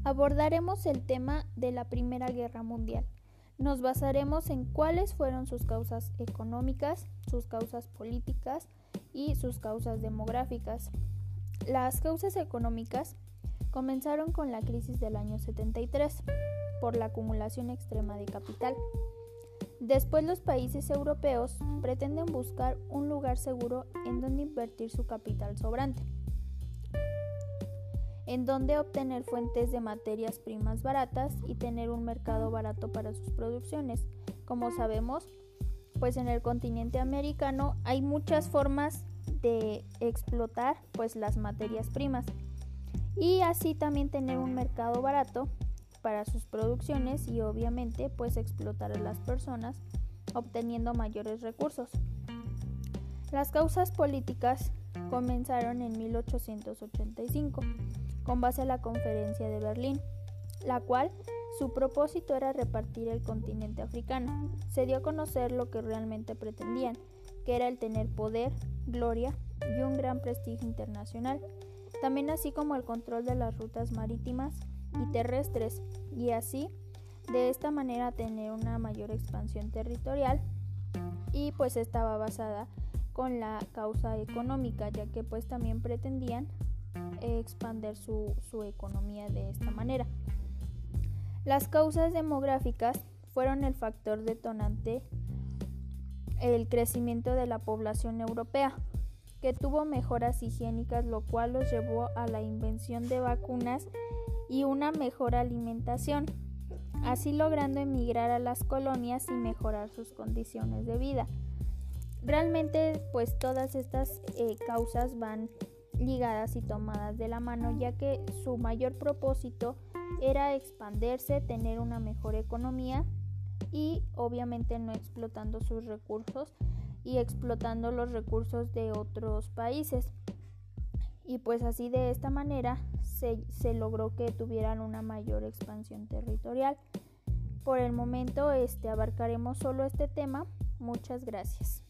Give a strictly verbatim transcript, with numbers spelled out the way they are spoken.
Abordaremos el tema de la Primera Guerra Mundial. Nos basaremos en cuáles fueron sus causas económicas, sus causas políticas y sus causas demográficas. Las causas económicas comenzaron con la crisis del año setenta y tres, por la acumulación extrema de capital. Después los países europeos pretenden buscar un lugar seguro en donde invertir su capital sobrante, en donde obtener fuentes de materias primas baratas y tener un mercado barato para sus producciones. Como sabemos, pues en el continente americano hay muchas formas de explotar pues las materias primas y así también tener un mercado barato para sus producciones y obviamente pues explotar a las personas obteniendo mayores recursos. Las causas políticas comenzaron en mil ochocientos ochenta y cinco con base a la Conferencia de Berlín, la cual su propósito era repartir el continente africano. Se dio a conocer lo que realmente pretendían, que era el tener poder, gloria y un gran prestigio internacional, también así como el control de las rutas marítimas y terrestres, y así de esta manera tener una mayor expansión territorial, y pues estaba basada con la causa económica, ya que pues también pretendían expandir su, su economía de esta manera. Las causas demográficas fueron el factor detonante, el crecimiento de la población europea, que tuvo mejoras higiénicas, lo cual los llevó a la invención de vacunas y una mejor alimentación, así logrando emigrar a las colonias y mejorar sus condiciones de vida. Realmente, pues todas estas eh, causas van ligadas y tomadas de la mano, ya que su mayor propósito era expandirse, tener una mejor economía y obviamente no explotando sus recursos y explotando los recursos de otros países. Y pues así de esta manera se, se logró que tuvieran una mayor expansión territorial. Por el momento este, abarcaremos solo este tema. Muchas gracias.